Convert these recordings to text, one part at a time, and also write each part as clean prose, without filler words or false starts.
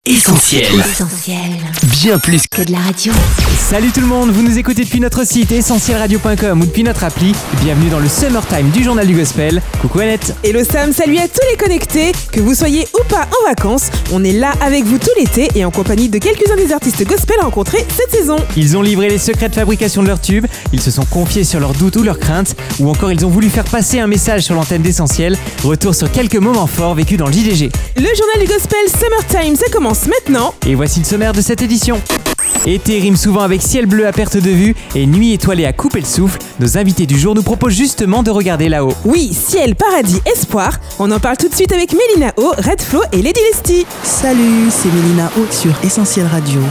Essentiel. Bien plus que de la radio. Salut tout le monde, vous nous écoutez depuis notre site essentielradio.com ou depuis notre appli. Bienvenue dans le Summertime du Journal du Gospel. Coucou Annette. Hello Sam, salut à tous les connectés. Que vous soyez ou pas en vacances, on est là avec vous tout l'été et en compagnie de quelques-uns des artistes gospel rencontrés cette saison. Ils ont livré les secrets de fabrication de leurs tubes, ils se sont confiés sur leurs doutes ou leurs craintes, ou encore ils ont voulu faire passer un message sur l'antenne d'Essentiel. Retour sur quelques moments forts vécus dans le JDG. Le Journal du Gospel Summertime, ça commence maintenant. Et voici le sommaire de cette édition. Été rime souvent avec ciel bleu à perte de vue et nuit étoilée à couper le souffle. Nos invités du jour nous proposent justement de regarder là-haut. Oui, ciel, paradis, espoir. On en parle tout de suite avec Mélina O, Redflow et Lady Lesty. Salut, c'est Mélina O sur Essentiel Radio.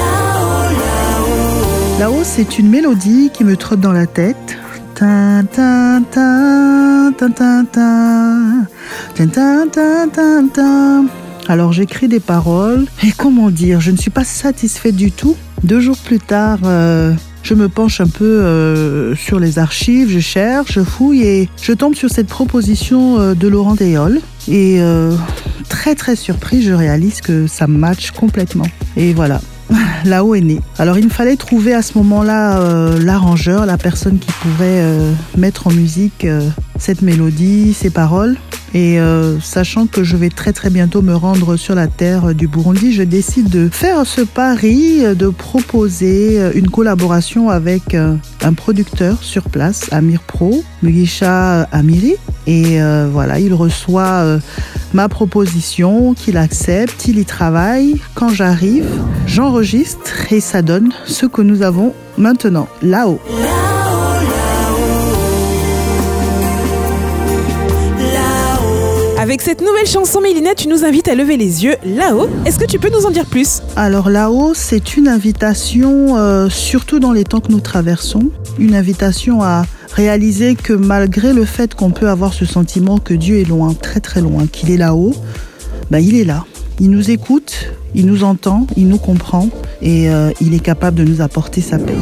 Là-haut, c'est une mélodie qui me trotte dans la tête. Ta ta ta ta ta ta ta ta ta ta. Alors j'écris des paroles et comment dire, je ne suis pas satisfaite du tout. 2 jours plus tard, je me penche un peu sur les archives, je cherche, je fouille et je tombe sur cette proposition de Laurent Deyol. Et très très surpris, je réalise que ça match complètement. Et voilà. Là-haut est né. Alors il me fallait trouver à ce moment-là l'arrangeur, la personne qui pourrait mettre en musique cette mélodie, ces paroles. Et sachant que je vais très très bientôt me rendre sur la terre du Burundi, je décide de faire ce pari, de proposer une collaboration avec un producteur sur place, Amir Pro, Mugisha Amiri. Et voilà, il reçoit ma proposition, qu'il accepte, il y travaille. Quand j'arrive, j'enregistre et ça donne ce que nous avons maintenant, là-haut. Avec cette nouvelle chanson, Mélina, tu nous invites à lever les yeux là-haut. Est-ce que tu peux nous en dire plus ? Alors là-haut, c'est une invitation, surtout dans les temps que nous traversons, une invitation à réaliser que malgré le fait qu'on peut avoir ce sentiment que Dieu est loin, très très loin, qu'il est là-haut, il est là. Il nous écoute, il nous entend, il nous comprend et il est capable de nous apporter sa paix.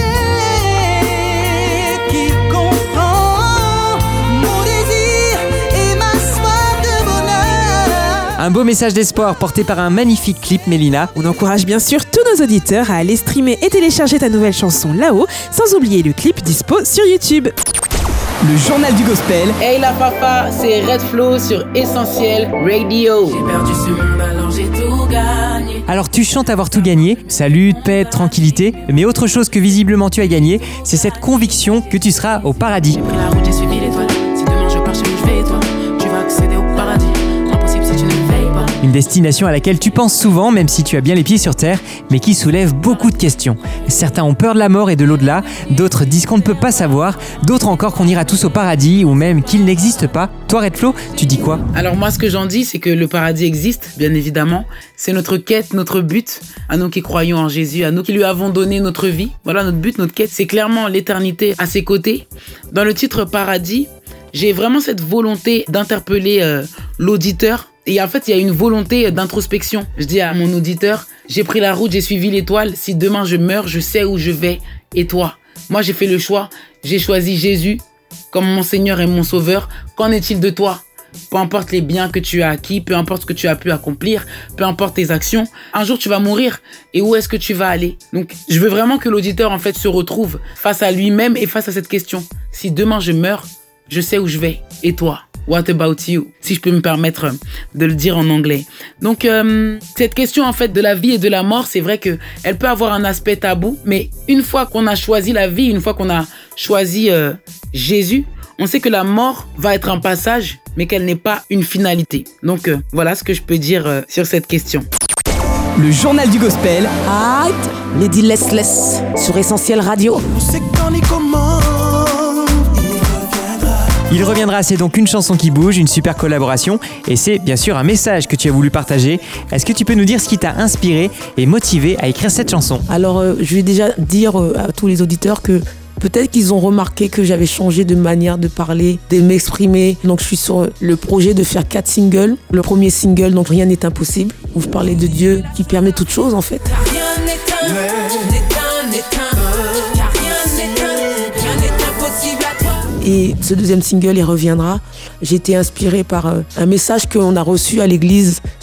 Un beau message d'espoir porté par un magnifique clip, Mélina. On encourage bien sûr tous nos auditeurs à aller streamer et télécharger ta nouvelle chanson là-haut, sans oublier le clip dispo sur YouTube. Le Journal du Gospel. Hey la papa, c'est Redflow sur Essentiel Radio. J'ai perdu ce monde alors j'ai tout gagné. Alors tu chantes avoir tout gagné, salut, paix, tranquillité, mais autre chose que visiblement tu as gagné, c'est cette conviction que tu seras au paradis. J'ai pris la route, j'ai suivi l'étoile. Si demain je pars chez où je vais et toi, tu vas accéder au paradis. Impossible si tu ne le veilles pas. Une destination à laquelle tu penses souvent, même si tu as bien les pieds sur terre, mais qui soulève beaucoup de questions. Certains ont peur de la mort et de l'au-delà, d'autres disent qu'on ne peut pas savoir, d'autres encore qu'on ira tous au paradis ou même qu'il n'existe pas. Toi Redflow, tu dis quoi ? Alors moi ce que j'en dis, c'est que le paradis existe, bien évidemment. C'est notre quête, notre but, à nous qui croyons en Jésus, à nous qui lui avons donné notre vie. Voilà notre but, notre quête, c'est clairement l'éternité à ses côtés. Dans le titre Paradis, j'ai vraiment cette volonté d'interpeller l'auditeur. Et en fait, il y a une volonté d'introspection. Je dis à mon auditeur, j'ai pris la route, j'ai suivi l'étoile. Si demain je meurs, je sais où je vais. Et toi ? Moi, j'ai fait le choix. J'ai choisi Jésus comme mon Seigneur et mon Sauveur. Qu'en est-il de toi ? Peu importe les biens que tu as acquis, peu importe ce que tu as pu accomplir, peu importe tes actions, un jour tu vas mourir. Et où est-ce que tu vas aller ? Donc, je veux vraiment que l'auditeur en fait se retrouve face à lui-même et face à cette question. Si demain je meurs, je sais où je vais. Et toi ? What about you? Si je peux me permettre de le dire en anglais. Donc, cette question en fait de la vie et de la mort, c'est vrai que elle peut avoir un aspect tabou, mais une fois qu'on a choisi la vie, une fois qu'on a choisi Jésus, on sait que la mort va être un passage, mais qu'elle n'est pas une finalité. Donc, voilà ce que je peux dire sur cette question. Le Journal du Gospel. Lady Lestless sur Essentiel Radio. Il reviendra, c'est donc une chanson qui bouge, une super collaboration et c'est bien sûr un message que tu as voulu partager. Est-ce que tu peux nous dire ce qui t'a inspiré et motivé à écrire cette chanson ? Alors je vais déjà dire à tous les auditeurs que peut-être qu'ils ont remarqué que j'avais changé de manière de parler, de m'exprimer. Donc je suis sur le projet de faire 4 singles. Le premier single, donc Rien n'est impossible, où je parlais de Dieu qui permet toutes choses en fait. Rien n'est impossible à toi. Et ce deuxième single, il reviendra. J'ai été inspirée par un message qu'on a reçu à l'église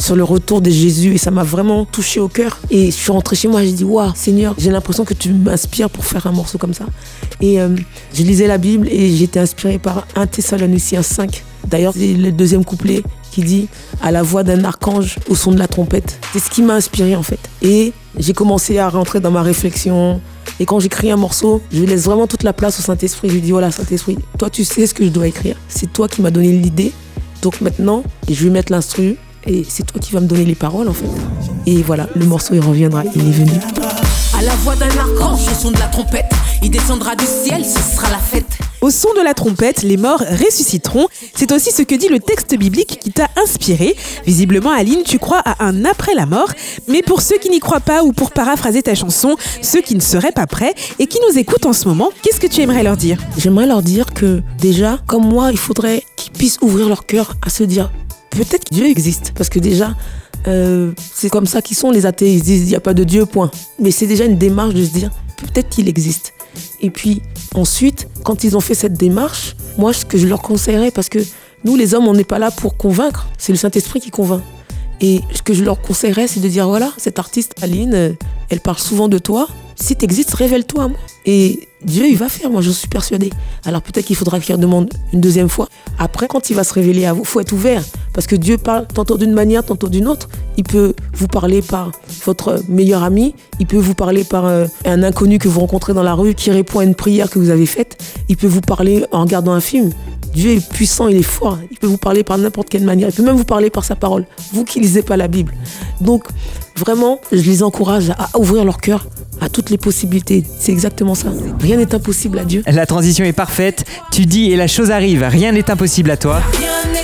sur le retour de Jésus et ça m'a vraiment touché au cœur. Et je suis rentrée chez moi, j'ai dit waouh Seigneur, j'ai l'impression que tu m'inspires pour faire un morceau comme ça. Et je lisais la Bible et j'étais inspirée par 1 Thessaloniciens 5. D'ailleurs, c'est le deuxième couplet qui dit « À la voix d'un archange, au son de la trompette ». C'est ce qui m'a inspirée en fait. Et j'ai commencé à rentrer dans ma réflexion. Et quand j'écris un morceau, je laisse vraiment toute la place au Saint-Esprit. Je lui dis voilà Saint-Esprit, toi tu sais ce que je dois écrire. C'est toi qui m'as donné l'idée. Donc maintenant, je vais mettre l'instru et c'est toi qui vas me donner les paroles en fait. Et voilà, le morceau il reviendra, il est venu. À la voix d'un archange, au son de la trompette, il descendra du ciel, ce sera la fête. Au son de la trompette, les morts ressusciteront. C'est aussi ce que dit le texte biblique qui t'a inspiré. Visiblement, Aline, tu crois à un après la mort. Mais pour ceux qui n'y croient pas ou pour paraphraser ta chanson, ceux qui ne seraient pas prêts et qui nous écoutent en ce moment, qu'est-ce que tu aimerais leur dire ? J'aimerais leur dire que déjà, comme moi, il faudrait qu'ils puissent ouvrir leur cœur à se dire peut-être que Dieu existe. Parce que déjà, c'est comme ça qu'ils sont les athées. Ils se disent il n'y a pas de Dieu, point. Mais c'est déjà une démarche de se dire peut-être qu'il existe. Et puis ensuite, quand ils ont fait cette démarche, moi ce que je leur conseillerais, parce que nous les hommes on n'est pas là pour convaincre, c'est le Saint-Esprit qui convainc. Et ce que je leur conseillerais c'est de dire voilà, cette artiste Aline, elle parle souvent de toi, si tu existes, révèle-toi. Et Dieu il va faire, moi je suis persuadée. Alors peut-être qu'il faudra qu'il redemande une deuxième fois. Après quand il va se révéler à vous, il faut être ouvert. Parce que Dieu parle tantôt d'une manière, tantôt d'une autre. Il peut vous parler par votre meilleur ami. Il peut vous parler par un inconnu que vous rencontrez dans la rue qui répond à une prière que vous avez faite. Il peut vous parler en regardant un film. Dieu est puissant, il est fort. Il peut vous parler par n'importe quelle manière. Il peut même vous parler par sa parole. Vous qui lisez pas la Bible. Donc vraiment, je les encourage à ouvrir leur cœur à toutes les possibilités. C'est exactement ça. Rien n'est impossible à Dieu. La transition est parfaite. Tu dis et la chose arrive. Rien n'est impossible à toi. Rien n'est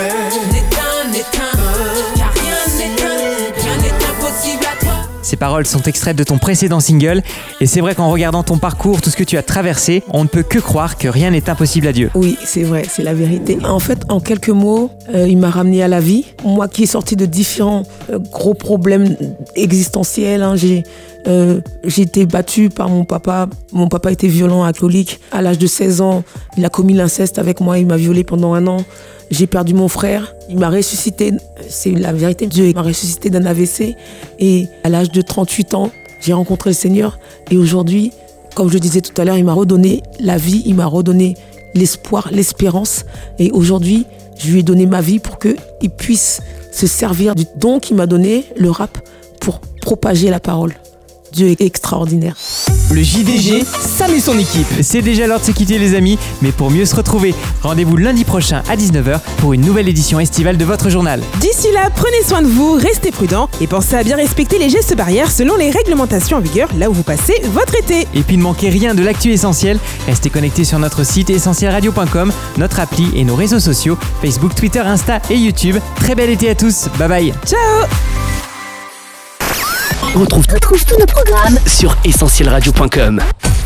impossible à toi. Ces paroles sont extraites de ton précédent single. Et c'est vrai qu'en regardant ton parcours, tout ce que tu as traversé, on ne peut que croire que rien n'est impossible à Dieu. Oui, c'est vrai, c'est la vérité. En fait, en quelques mots, il m'a ramené à la vie. Moi qui est sorti de différents gros problèmes existentiels, j'ai été battue par mon papa. Mon papa était violent, alcoolique. À l'âge de 16 ans, il a commis l'inceste avec moi. Il m'a violée pendant 1 an. J'ai perdu mon frère. Il m'a ressuscité. C'est la vérité. Dieu m'a ressuscité d'un AVC. Et à l'âge de 38 ans, j'ai rencontré le Seigneur. Et aujourd'hui, comme je le disais tout à l'heure, il m'a redonné la vie. Il m'a redonné l'espoir, l'espérance. Et aujourd'hui, je lui ai donné ma vie pour qu'il puisse se servir du don qu'il m'a donné, le rap, pour propager la parole. Dieu est extraordinaire. Le JDG, Sam et son équipe. C'est déjà l'heure de se quitter les amis, mais pour mieux se retrouver, rendez-vous lundi prochain à 19h pour une nouvelle édition estivale de votre journal. D'ici là, prenez soin de vous, restez prudents et pensez à bien respecter les gestes barrières selon les réglementations en vigueur là où vous passez votre été. Et puis ne manquez rien de l'actu essentiel, restez connectés sur notre site essentielradio.com, notre appli et nos réseaux sociaux, Facebook, Twitter, Insta et YouTube. Très bel été à tous, bye bye. Ciao. Retrouve tous nos programmes sur essentielradio.com.